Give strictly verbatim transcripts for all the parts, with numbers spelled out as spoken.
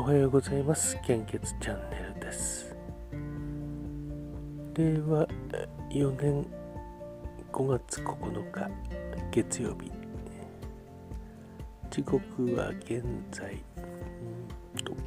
はようございます。献血チャンネルです。れいわよねんごがつここのか月曜日、時刻は現在んと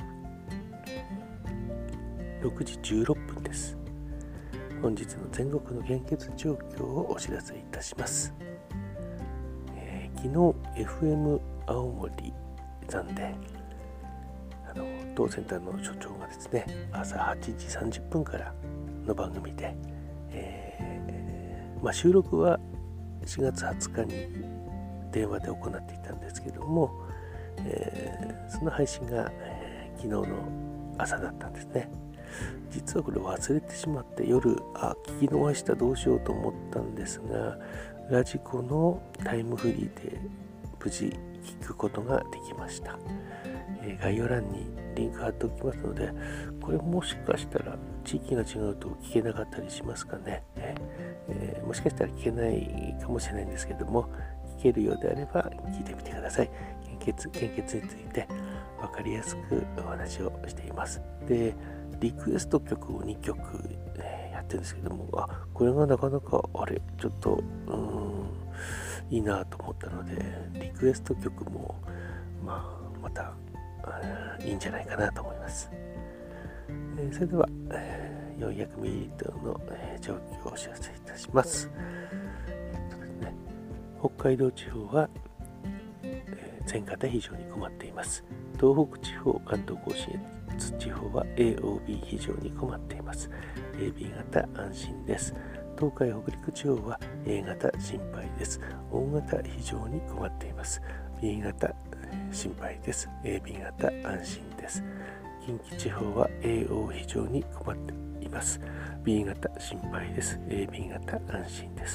ろくじじゅうろっぷんです。本日の全国の献血状況をお知らせいたします。えー、昨日 エフエム 青森さんであの当センターの所長がですね、朝はちじさんじゅっぷんからの番組で、えーまあ、収録はしがつはつかに電話で行っていたんですけども、えー、その配信が、えー、昨日の朝だったんですね。実はこれ忘れてしまって夜あ聞き逃したどうしようと思ったんですが、ラジコのタイムフリーで無事聞くことができました。えー、概要欄にリンク貼っておきますので、これもしかしたら地域が違うと聞けなかったりしますかね。えー、もしかしたら聞けないかもしれないんですけども、聞けるようであれば聞いてみてください。献血、献血について分かりやすくお話をしています。で、リクエスト曲をにきょく、えー、やってるんですけども、あ、これがなかなかあれちょっとうーんいいなと思ったので、リクエスト曲もまあまたいいんじゃないかなと思います。えー、それでは、えー、よんひゃくミリリットル の、えー、状況をお知らせいたします。えっとですね、北海道地方は、えー、全型非常に困っています。東北地方、関東甲信越地方は エーオービー 非常に困っています。エービー 型安心です。東海北陸地方は A 型心配です。O 型非常に困っています。B 型心配です。エービー 型安心です。近畿地方は エーオー 非常に困っています。B 型心配です。エービー 型安心です。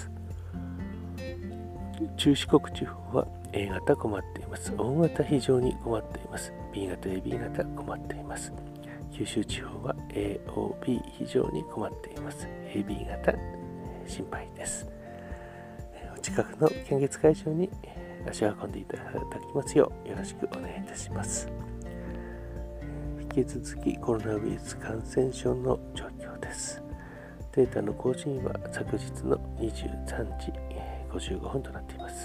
中四国地方は A 型困っています。O 型非常に困っています。B 型、エービー 型困っています。九州地方は エーオービー 非常に困っています。エービー 型心配です。お近くの献血会場に足を運んでいただきますようよろしくお願いいたします。引き続きコロナウイルス感染症の状況です。データの更新は昨日のにじゅうさんじごじゅうごふんとなっています。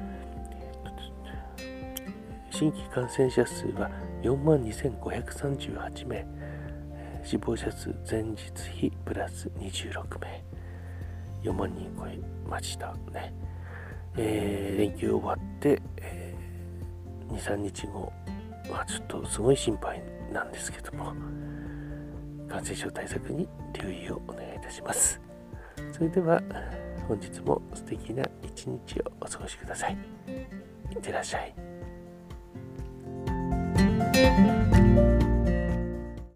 新規感染者数は よんまんにせんごひゃくさんじゅうはちめい、死亡者数前日比プラスにじゅうろくめい、よんまんにん超えましたね。えー、連休終わって、えー、にさんにちご、まあ、ちょっとすごい心配なんですけども、感染症対策に留意をお願いいたします。それでは本日も素敵な一日をお過ごしください。いってらっしゃい。